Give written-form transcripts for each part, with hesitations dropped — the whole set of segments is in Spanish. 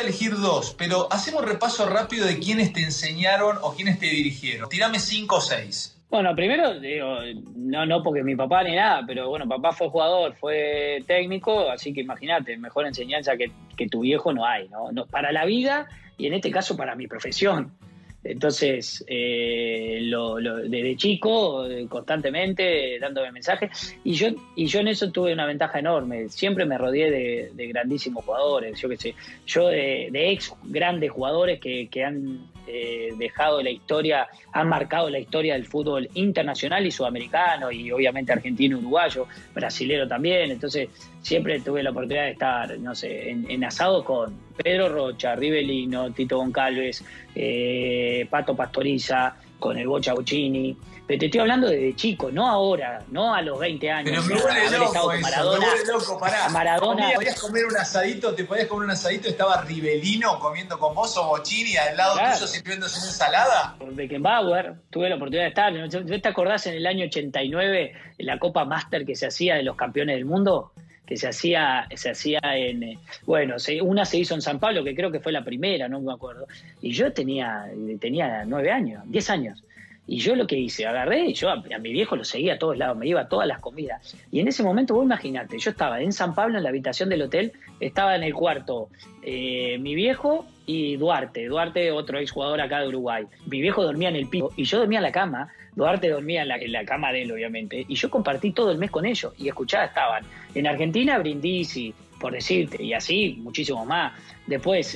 elegir dos, pero hacemos un repaso rápido de quiénes te enseñaron o quiénes te dirigieron. Tirame 5 o 6. Bueno, primero, digo, no porque mi papá ni nada, pero bueno, papá fue jugador, fue técnico, así que imagínate, mejor enseñanza que tu viejo no hay, ¿no? Para la vida y en este caso para mi profesión. Entonces, desde chico, constantemente dándome mensajes, y yo en eso tuve una ventaja enorme. Siempre me rodeé de grandísimos jugadores, yo qué sé, de ex grandes jugadores que han dejado la historia, han marcado la historia del fútbol internacional y sudamericano, y obviamente argentino, uruguayo, brasilero también. Entonces siempre tuve la oportunidad de estar, no sé, en asado con Pedro Rocha, Rivelino, Tito Goncalves, Pato Pastoriza, con el Bocha Bocchini. Pero te estoy hablando desde chico, no ahora, no a los 20 años. Pero me vuelve loco eso, Maradona, me vuelve loco, pará. Maradona. Podías comer un asadito, estaba Rivelino comiendo con vos o Bocchini al lado tuyo sirviéndose una ensalada. Beckenbauer, tuve la oportunidad de estar. ¿No te acordás en el año 89 en la Copa Master que se hacía de los campeones del mundo? Que se hacía en... Bueno, una se hizo en San Pablo, que creo que fue la primera, no me acuerdo. Y yo tenía 9 años, 10 años. Y yo lo que hice, agarré, yo a mi viejo lo seguía a todos lados, me iba a todas las comidas. Y en ese momento, vos imaginate, yo estaba en San Pablo, en la habitación del hotel, estaba en el cuarto mi viejo y Duarte, otro exjugador acá de Uruguay. Mi viejo dormía en el piso y yo dormía en la cama. Duarte dormía en la cama de él, obviamente, y yo compartí todo el mes con ellos, y escuchá, estaban en Argentina Brindisi, por decirte, y así muchísimo más. Después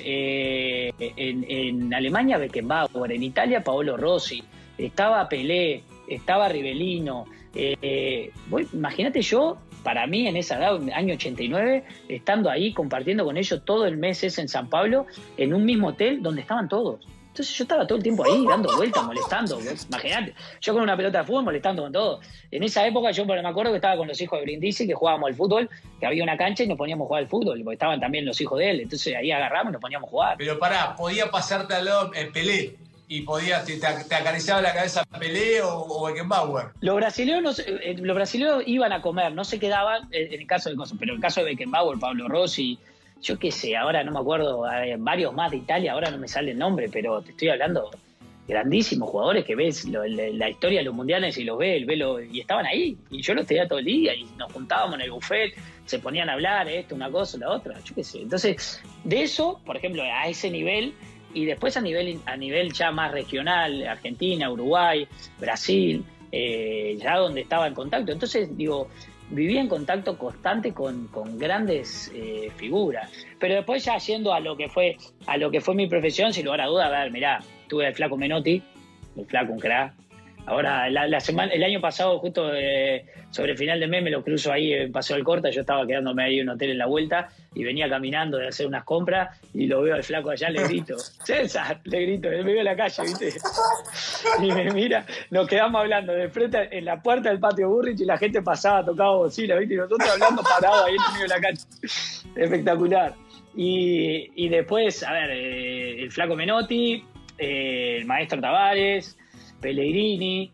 en Alemania Beckenbauer, en Italia Paolo Rossi, estaba Pelé, estaba Rivelino. Imagínate yo, para mí en esa edad, año 89, estando ahí compartiendo con ellos todo el mes ese en San Pablo, en un mismo hotel donde estaban todos. Entonces yo estaba todo el tiempo ahí, dando vueltas, molestando. Imagínate, yo con una pelota de fútbol molestando con todo. En esa época yo me acuerdo que estaba con los hijos de Brindisi, que jugábamos al fútbol, que había una cancha y nos poníamos a jugar al fútbol, porque estaban también los hijos de él. Entonces ahí agarramos y nos poníamos a jugar. Pero pará, podía pasarte al lado Pelé, y te acariciaba la cabeza Pelé o Beckenbauer. Los brasileños iban a comer, no se quedaban en el caso de cosas, pero en el caso de Beckenbauer, Pablo Rossi, yo qué sé, ahora no me acuerdo, varios más de Italia, ahora no me sale el nombre, pero te estoy hablando grandísimos jugadores que ves la historia de los mundiales y los ves, y estaban ahí, y yo los tenía todo el día, y nos juntábamos en el buffet, se ponían a hablar, esto, una cosa, la otra, yo qué sé. Entonces, de eso, por ejemplo, a ese nivel, y después a nivel ya más regional, Argentina, Uruguay, Brasil, ya donde estaba en contacto. Entonces, digo, vivía en contacto constante con grandes figuras. Pero después ya yendo a lo que fue mi profesión, sin lugar a duda, a ver, mirá, tuve al Flaco Menotti, el Flaco, un crack. Ahora, el año pasado, justo sobre el final de mes, me lo cruzo ahí en Paseo del Corta. Yo estaba quedándome ahí en un hotel en la vuelta y venía caminando de hacer unas compras y lo veo al Flaco allá, le grito, César, le grito, me veo en la calle, ¿viste? Y me mira, nos quedamos hablando de frente en la puerta del patio Burrich y la gente pasaba, tocaba bocina, ¿viste? Y nosotros hablando parados ahí en el medio de la calle. Espectacular. Y después, a ver, el Flaco Menotti, el maestro Tavares, Pellegrini,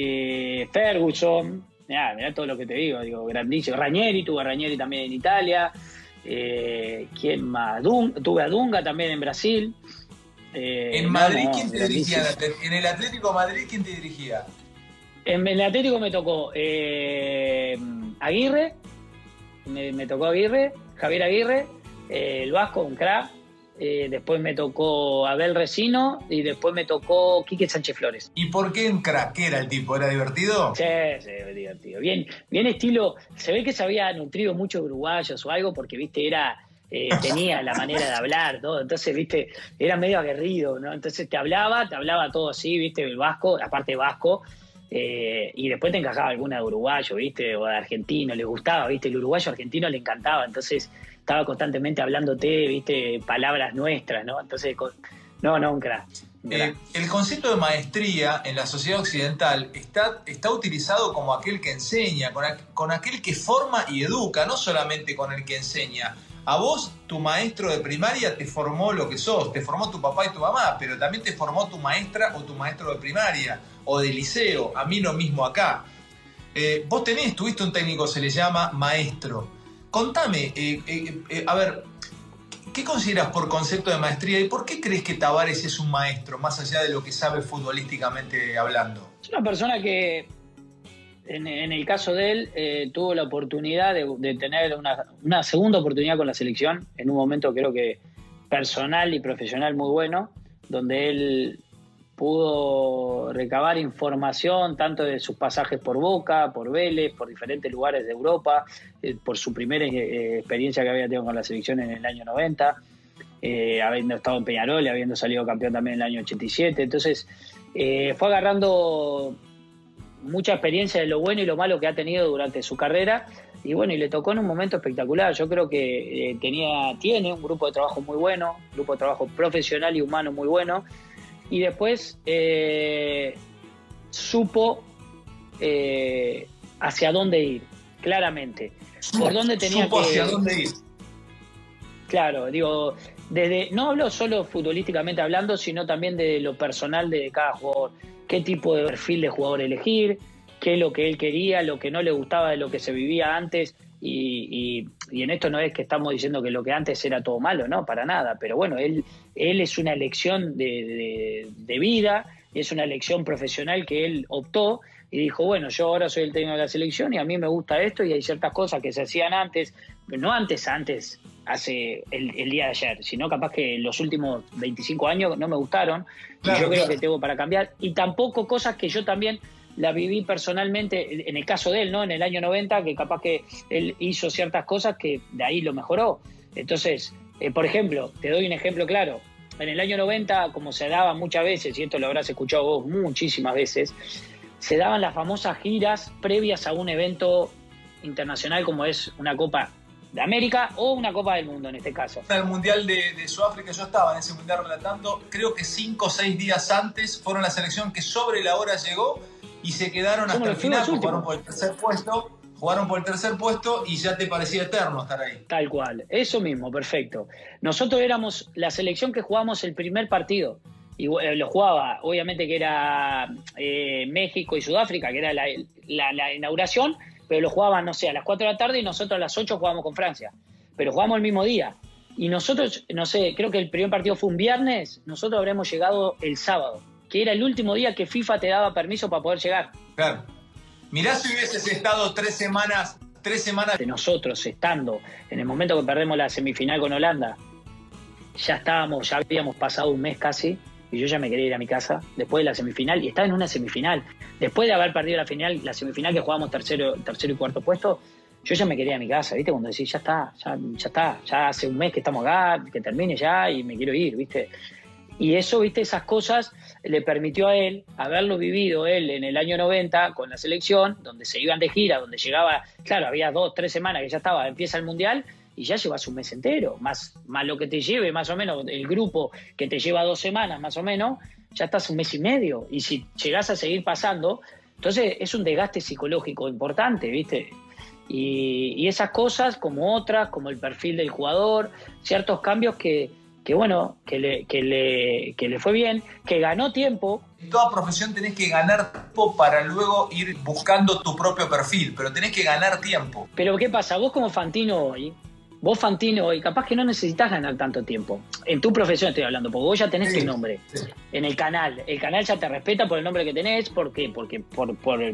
Ferguson, mirá todo lo que te digo, grandísimo. tuve a Ranieri también en Italia. ¿Quién más? Tuve a Dunga también en Brasil. ¿En Madrid quién te dirigía? ¿En el Atlético de Madrid quién te dirigía? En el Atlético me tocó Aguirre, me tocó Aguirre, Javier Aguirre, el Vasco, un crack. Después me tocó Abel Resino y después me tocó Quique Sánchez Flores. ¿Y por qué un crack? ¿Qué era el tipo? ¿Era divertido? Sí, divertido. Bien estilo, se ve que se había nutrido mucho de uruguayos o algo porque, viste, tenía la manera de hablar, todo. Entonces, viste, era medio aguerrido, ¿no? Entonces te hablaba todo así, viste, el vasco, aparte vasco, y después te encajaba alguna de uruguayo, viste, o de argentino, le gustaba, viste, el uruguayo argentino le encantaba, entonces estaba constantemente hablándote, viste, palabras nuestras, ¿no? Entonces, un crack. El concepto de maestría en la sociedad occidental está utilizado como aquel que enseña, con aquel que forma y educa, no solamente con el que enseña. A vos, tu maestro de primaria te formó lo que sos, te formó tu papá y tu mamá, pero también te formó tu maestra o tu maestro de primaria o de liceo. A mí lo mismo acá. Vos tuviste un técnico, se le llama maestro. Contame, a ver, ¿qué consideras por concepto de maestría y por qué crees que Tavares es un maestro, más allá de lo que sabe futbolísticamente hablando? Es una persona que, en el caso de él, tuvo la oportunidad de tener una segunda oportunidad con la selección, en un momento creo que personal y profesional muy bueno, donde él pudo recabar información tanto de sus pasajes por Boca, por Vélez, por diferentes lugares de Europa, por su primera experiencia que había tenido con la selección en el año 90, habiendo estado en Peñarol y habiendo salido campeón también en el año 87. Entonces fue agarrando mucha experiencia de lo bueno y lo malo que ha tenido durante su carrera, y bueno, y le tocó en un momento espectacular. Yo creo que tiene un grupo de trabajo muy bueno, un grupo de trabajo profesional y humano muy bueno, y después supo hacia dónde ir, claramente. Por dónde tenía supo hacia dónde ir. Claro, digo, no hablo solo futbolísticamente hablando, sino también de lo personal de cada jugador. Qué tipo de perfil de jugador elegir, qué es lo que él quería, lo que no le gustaba de lo que se vivía antes. Y en esto no es que estamos diciendo que lo que antes era todo malo, no, para nada. Pero bueno, él es una elección de vida, es una elección profesional que él optó y dijo, bueno, yo ahora soy el técnico de la selección y a mí me gusta esto, y hay ciertas cosas que se hacían antes, no antes, hace el día de ayer, sino capaz que los últimos 25 años no me gustaron, claro, y yo creo que tengo para cambiar, y tampoco cosas que yo también la viví personalmente, en el caso de él, ¿no? En el año 90, que capaz que él hizo ciertas cosas que de ahí lo mejoró. Entonces, por ejemplo, te doy un ejemplo claro. En el año 90, como se daba muchas veces, y esto lo habrás escuchado vos muchísimas veces, se daban las famosas giras previas a un evento internacional como es una Copa de América o una Copa del Mundo en este caso. El Mundial de Sudáfrica, yo estaba en ese Mundial relatando, creo que 5 o 6 días antes fueron la selección que sobre la hora llegó y se quedaron hasta el final, jugaron por el tercer puesto y ya te parecía eterno estar ahí. Tal cual, eso mismo, perfecto. Nosotros éramos la selección que jugamos el primer partido, y lo jugaba, obviamente que era México y Sudáfrica, que era la inauguración, pero lo jugaban, no sé, a las 4 de la tarde y nosotros a las 8 jugábamos con Francia, pero jugamos el mismo día. Y nosotros, no sé, creo que el primer partido fue un viernes, nosotros habremos llegado el sábado, que era el último día que FIFA te daba permiso para poder llegar. Claro. Mirá si hubieses estado 3 semanas... De nosotros estando en el momento que perdemos la semifinal con Holanda, ya habíamos pasado un mes casi, y yo ya me quería ir a mi casa después de la semifinal, y estaba en una semifinal. Después de haber perdido la semifinal que jugábamos tercero y cuarto puesto, yo ya me quería ir a mi casa, ¿viste? Cuando decís, ya está, ya hace un mes que estamos acá, que termine ya y me quiero ir, ¿viste? Y eso, ¿viste? Esas cosas le permitió a él haberlo vivido él en el año 90 con la selección, donde se iban de gira, donde llegaba, claro, había 2 o 3 semanas que ya empieza el Mundial, y ya llevas un mes entero, más lo que te lleve más o menos, el grupo que te lleva 2 semanas más o menos, ya estás un mes y medio, y si llegás a seguir pasando, entonces es un desgaste psicológico importante, ¿viste? Y esas cosas, como otras, como el perfil del jugador, ciertos cambios que le fue bien, que ganó tiempo. En toda profesión tenés que ganar tiempo para luego ir buscando tu propio perfil, pero tenés que ganar tiempo. Pero ¿qué pasa? Vos Fantino hoy, capaz que no necesitas ganar tanto tiempo. En tu profesión estoy hablando, porque vos ya tenés tu nombre. Sí. En el canal ya te respeta por el nombre que tenés, ¿por qué? Porque por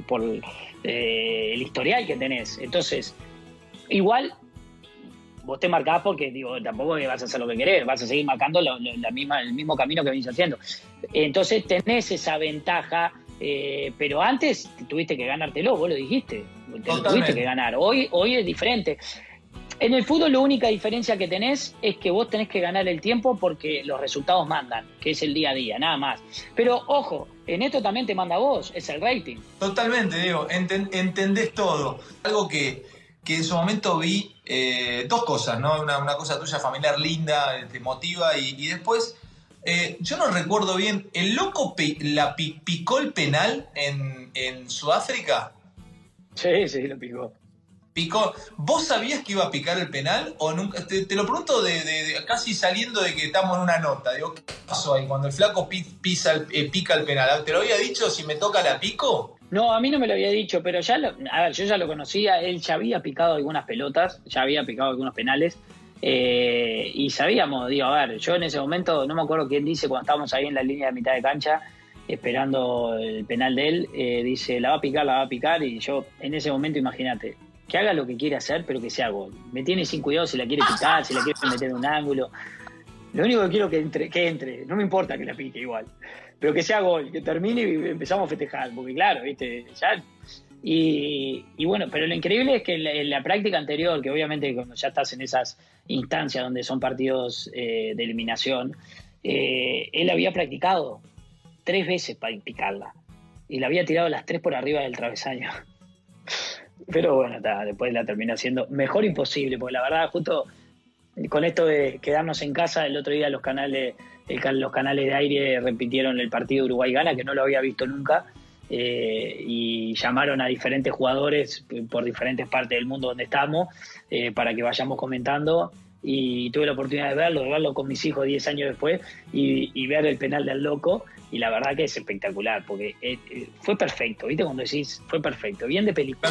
el historial que tenés. Entonces, igual vos te marcás porque, tampoco vas a hacer lo que querés, vas a seguir marcando el mismo camino que venís haciendo. Entonces tenés esa ventaja, pero antes tuviste que ganártelo, vos lo dijiste, lo tuviste que ganar. Hoy es diferente. En el fútbol la única diferencia que tenés es que vos tenés que ganar el tiempo porque los resultados mandan, que es el día a día, nada más. Pero ojo, en esto también te manda vos, es el rating. Totalmente, Diego, entendés todo. Algo que en su momento vi, 2 cosas, ¿no? Una cosa tuya familiar linda, te motiva, y después, yo no recuerdo bien, ¿el loco picó el penal en Sudáfrica? Sí, lo picó. Picó. ¿Vos sabías que iba a picar el penal o nunca? Te lo pregunto de casi saliendo de que estamos en una nota. Digo, ¿qué pasó ahí cuando el flaco pica el penal? ¿Te lo había dicho si me toca la pico? No, a mí no me lo había dicho, pero yo ya lo conocía. Él ya había picado algunas pelotas, ya había picado algunos penales. Y sabíamos, digo, a ver, yo en ese momento, no me acuerdo quién dice cuando estábamos ahí en la línea de mitad de cancha, esperando el penal de él, dice, la va a picar, y yo en ese momento, imagínate, que haga lo que quiere hacer, pero que sea gol. Me tiene sin cuidado si la quiere picar, si la quiere meter en un ángulo. Lo único que quiero que entre, no me importa que la pique igual, pero que sea gol, que termine y empezamos a festejar, porque claro, viste, ya... Y bueno, pero lo increíble es que en la práctica anterior, que obviamente cuando ya estás en esas instancias donde son partidos de eliminación, él había practicado 3 veces para picarla y la había tirado las 3 por arriba del travesaño. Pero bueno, después la terminó haciendo mejor imposible, porque la verdad, justo con esto de quedarnos en casa, el otro día los canales de aire repitieron el partido Uruguay-Ghana, que no lo había visto nunca. Y llamaron a diferentes jugadores por diferentes partes del mundo donde estamos para que vayamos comentando, y tuve la oportunidad de verlo con mis hijos 10 años después y ver el penal del loco, y la verdad que es espectacular porque fue perfecto, ¿viste? Cuando decís fue perfecto, bien de película.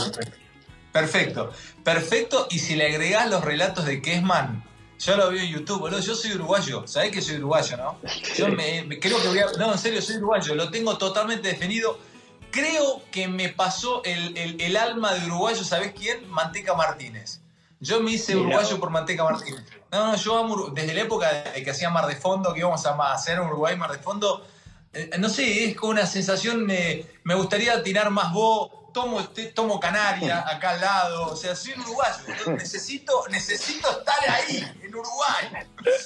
Perfecto, y si le agregás los relatos de Kessman, yo lo veo en YouTube, boludo. Yo soy uruguayo, ¿sabés que soy uruguayo, no? Yo creo que no, en serio, soy uruguayo, lo tengo totalmente definido. Creo que me pasó el alma de uruguayo, ¿sabés quién? Manteca Martínez. Yo me hice uruguayo por Manteca Martínez. No, yo amo, desde la época de que hacía Mar de Fondo, que íbamos a hacer en Uruguay Mar de Fondo, no sé, es como una sensación, me gustaría tirar más voz. Tomo Canaria acá al lado, o sea, soy uruguayo, necesito estar ahí, en Uruguay.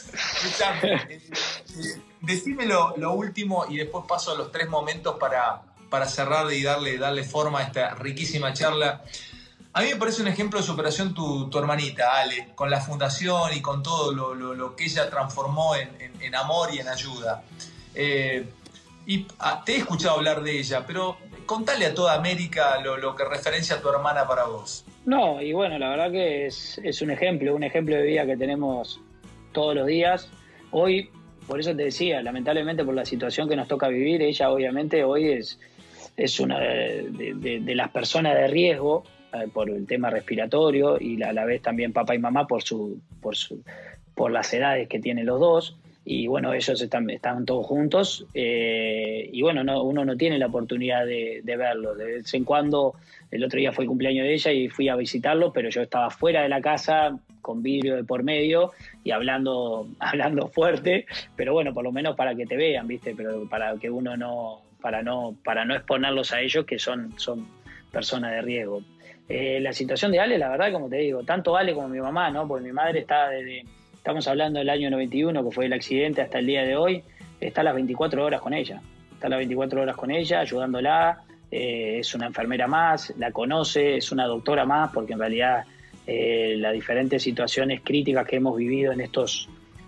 Decime lo último y después paso a los 3 momentos para cerrar y darle forma a esta riquísima charla. A mí me parece un ejemplo de superación tu hermanita, Ale, con la fundación y con todo lo que ella transformó en amor y en ayuda. Y te he escuchado hablar de ella, pero contale a toda América lo que referencia a tu hermana para vos. No, y bueno, la verdad que es un ejemplo de vida que tenemos todos los días. Hoy, por eso te decía, lamentablemente por la situación que nos toca vivir, ella obviamente hoy es una de las personas de riesgo por el tema respiratorio, y a la vez también papá y mamá por las edades que tienen los dos. Y bueno, ellos están todos juntos, y bueno, uno no tiene la oportunidad de verlos. De vez en cuando, el otro día fue el cumpleaños de ella y fui a visitarlo, pero yo estaba fuera de la casa con vidrio de por medio y hablando fuerte, pero bueno, por lo menos para que te vean, ¿viste? Pero para que uno para no exponerlos a ellos, que son personas de riesgo. La situación de Ale, la verdad, como te digo, tanto Ale como mi mamá, ¿no? Porque mi madre estamos hablando del año 91, que fue el accidente, hasta el día de hoy, está las 24 horas con ella. Está las 24 horas con ella, ayudándola. Es una enfermera más, la conoce, es una doctora más, porque en realidad las diferentes situaciones críticas que hemos vivido en estos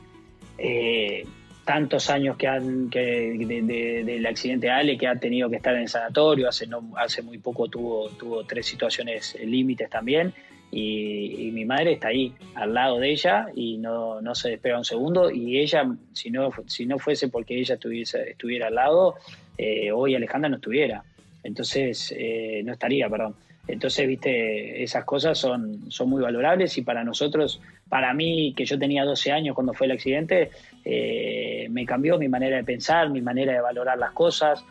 tantos años del accidente de Ale, que ha tenido que estar en el sanatorio, hace muy poco tuvo 3 situaciones límites también. Y mi madre está ahí, al lado de ella, y no se despega un segundo. Y ella, si no fuese porque ella estuviera al lado, hoy Alejandra no estuviera. Entonces, no estaría, perdón. Entonces, viste, esas cosas son muy valorables, y para nosotros, para mí, que yo tenía 12 años cuando fue el accidente, me cambió mi manera de pensar, mi manera de valorar las cosas.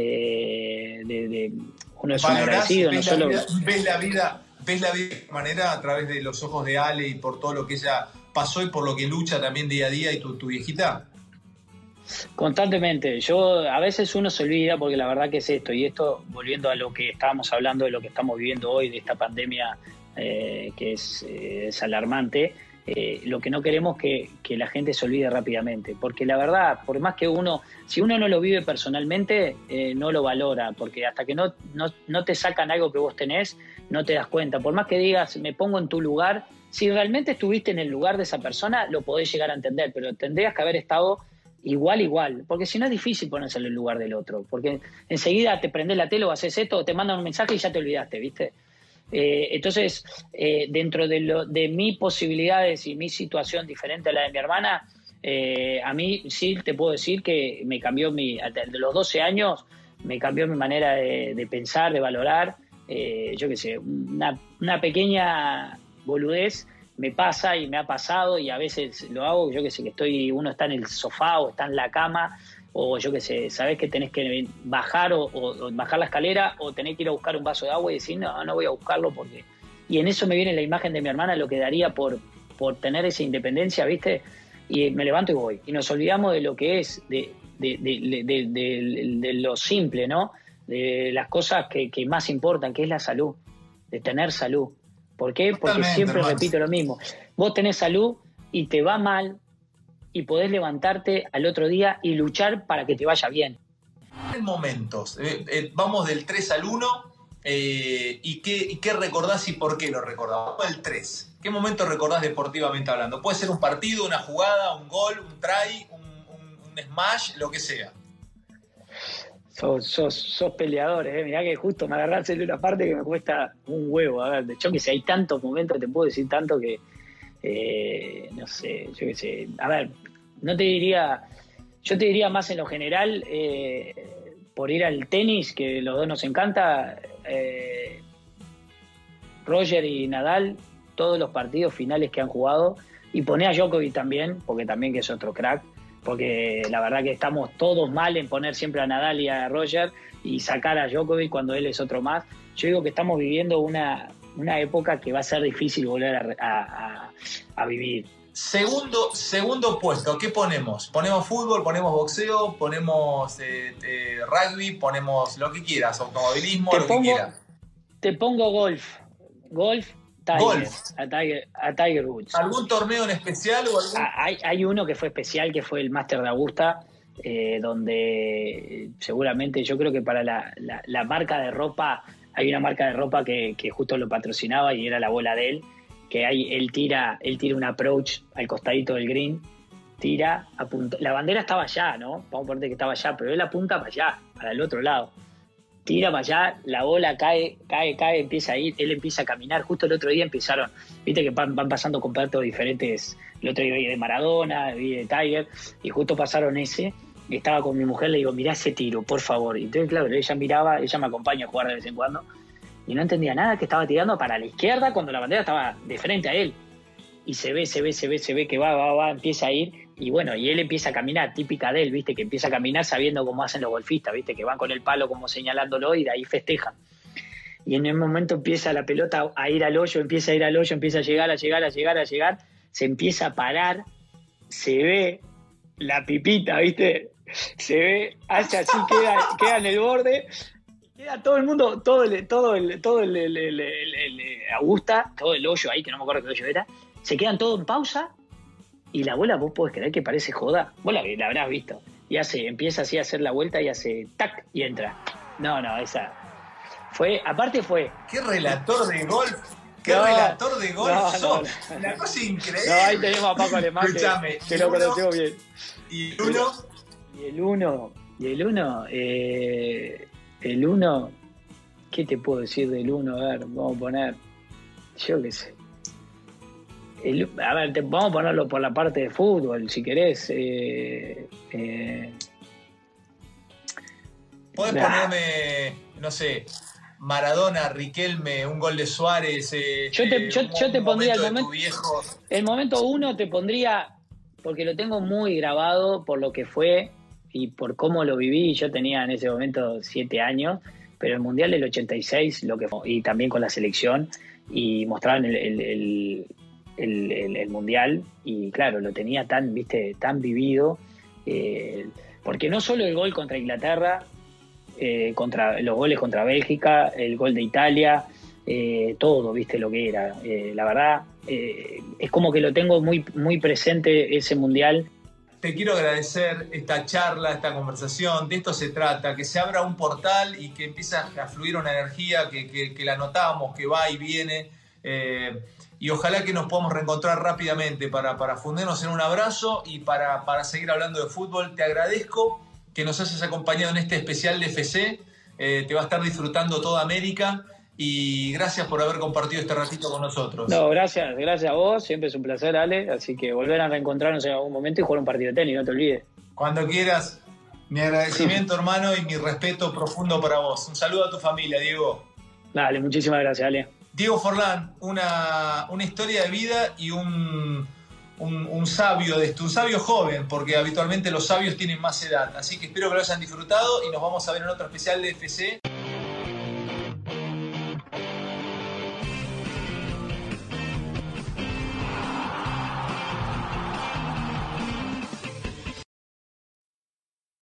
Uno es un agradecido, no solo... ¿Ves la vida de manera a través de los ojos de Ale y por todo lo que ella pasó y por lo que lucha también día a día, y tu viejita? Constantemente. A veces uno se olvida, porque la verdad que es esto, y esto volviendo a lo que estábamos hablando, de lo que estamos viviendo hoy, de esta pandemia que es alarmante. Lo que no queremos es que la gente se olvide rápidamente, porque la verdad, por más que si uno no lo vive personalmente, no lo valora, porque hasta que no te sacan algo que vos tenés, no te das cuenta. Por más que digas, me pongo en tu lugar, si realmente estuviste en el lugar de esa persona, lo podés llegar a entender, pero tendrías que haber estado igual, porque si no es difícil ponerse en el lugar del otro, porque enseguida te prendés la tele o haces esto, te mandan un mensaje y ya te olvidaste, ¿viste? Entonces, dentro de mis posibilidades y mi situación diferente a la de mi hermana, a mí sí te puedo decir que me cambió de los 12 años, me cambió mi manera de pensar, de valorar. Yo qué sé, una pequeña boludez me pasa y me ha pasado y a veces lo hago, yo que sé, uno está en el sofá o está en la cama o yo que sé, sabés que tenés que bajar o bajar la escalera o tenés que ir a buscar un vaso de agua y decir, no voy a buscarlo porque... Y en eso me viene la imagen de mi hermana, lo que daría por tener esa independencia, ¿viste? Y me levanto y voy. Y nos olvidamos de lo que es, de lo simple, ¿no? De las cosas que más importan, que es la salud, de tener salud. ¿Por qué? Porque siempre hermano, repito lo mismo. Vos tenés salud y te va mal y podés levantarte al otro día y luchar para que te vaya bien. En momentos, vamos del 3 al 1, ¿y qué recordás y por qué lo recordás? Vamos del 3. ¿Qué momento recordás deportivamente hablando? Puede ser un partido, una jugada, un gol, un try, un smash, lo que sea. Sos peleadores, mirá que justo me agarraste en una parte que me cuesta un huevo. A ver, de hecho que si hay tantos momentos, te puedo decir tanto que no sé, yo qué sé. A ver, yo te diría más en lo general, por ir al tenis, que los dos nos encanta, Roger y Nadal, todos los partidos finales que han jugado, y poné a Djokovic también, porque también que es otro crack, porque la verdad que estamos todos mal en poner siempre a Nadal y a Roger y sacar a Djokovic cuando él es otro más. Yo digo que estamos viviendo una época que va a ser difícil volver a vivir. Segundo puesto, ¿qué ponemos? ¿Ponemos fútbol, ponemos boxeo, ponemos rugby, ponemos lo que quieras, automovilismo, lo que quieras? Te pongo golf, a Tiger Woods. ¿Algún torneo en especial o algún? Hay uno que fue especial, que fue el Master de Augusta, donde seguramente yo creo que para la marca de ropa, hay una marca de ropa que justo lo patrocinaba y era la bola de él, que él tira un approach al costadito del green, tira, apunta, la bandera estaba allá, ¿no? Vamos a poner que estaba allá, pero él apunta para allá, para el otro lado. Tira para allá, la bola cae, empieza a ir, él empieza a caminar. Justo el otro día empezaron, viste que van pasando completos diferentes. El otro día vi de Maradona, vi de Tiger, y justo pasaron ese. Y estaba con mi mujer, le digo, mirá ese tiro, por favor. Y entonces, claro, ella miraba, ella me acompaña a jugar de vez en cuando, y no entendía nada, que estaba tirando para la izquierda cuando la bandera estaba de frente a él. Y se ve que va, empieza a ir. Y bueno, y él empieza a caminar, típica de él, viste, que empieza a caminar sabiendo cómo hacen los golfistas, viste, que van con el palo como señalándolo y de ahí festejan. Y en el momento empieza la pelota a ir al hoyo, empieza a llegar, se empieza a parar, se ve la pipita, viste, se ve, hace así, queda en el borde, queda todo el mundo, todo el Augusta, todo el hoyo ahí, que no me acuerdo qué hoyo era, se quedan todos en pausa. Y la bola, vos podés creer que parece joda. Vos la habrás visto. Y empieza así a hacer la vuelta y hace tac y entra. No, esa. Aparte fue. ¡Qué relator de golf! Relator de golf sos! Una cosa increíble. No, ahí tenemos a Paco Alemán que lo conocemos bien. ¿Y el uno? El uno, ¿qué te puedo decir del uno? A ver, vamos a poner. Yo qué sé. A ver, vamos a ponerlo por la parte de fútbol, si querés. Podés ponerme, no sé, Maradona, Riquelme, un gol de Suárez. Yo te pondría el momento uno, te pondría, porque lo tengo muy grabado por lo que fue y por cómo lo viví. Yo tenía en ese momento 7 años, pero el Mundial del 86, lo que fue, y también con la selección, y mostraban el Mundial, y claro, lo tenía tan vivido, porque no solo el gol contra Inglaterra, contra los goles contra Bélgica, el gol de Italia, todo, viste lo que era, la verdad, es como que lo tengo muy, muy presente ese Mundial. Te quiero agradecer esta charla, esta conversación, de esto se trata, que se abra un portal y que empiece a fluir una energía que la notamos, que va y viene, y ojalá que nos podamos reencontrar rápidamente para fundirnos en un abrazo y para seguir hablando de fútbol. Te agradezco que nos hayas acompañado en este especial de FC. Te va a estar disfrutando toda América y gracias por haber compartido este ratito con nosotros. No, gracias a vos. Siempre es un placer, Ale. Así que volver a reencontrarnos en algún momento y jugar un partido de tenis, no te olvides. Cuando quieras. Mi agradecimiento, hermano, y mi respeto profundo para vos. Un saludo a tu familia, Diego. Dale, muchísimas gracias, Ale. Diego Forlán, una historia de vida y un sabio un sabio joven, porque habitualmente los sabios tienen más edad. Así que espero que lo hayan disfrutado y nos vamos a ver en otro especial de FC.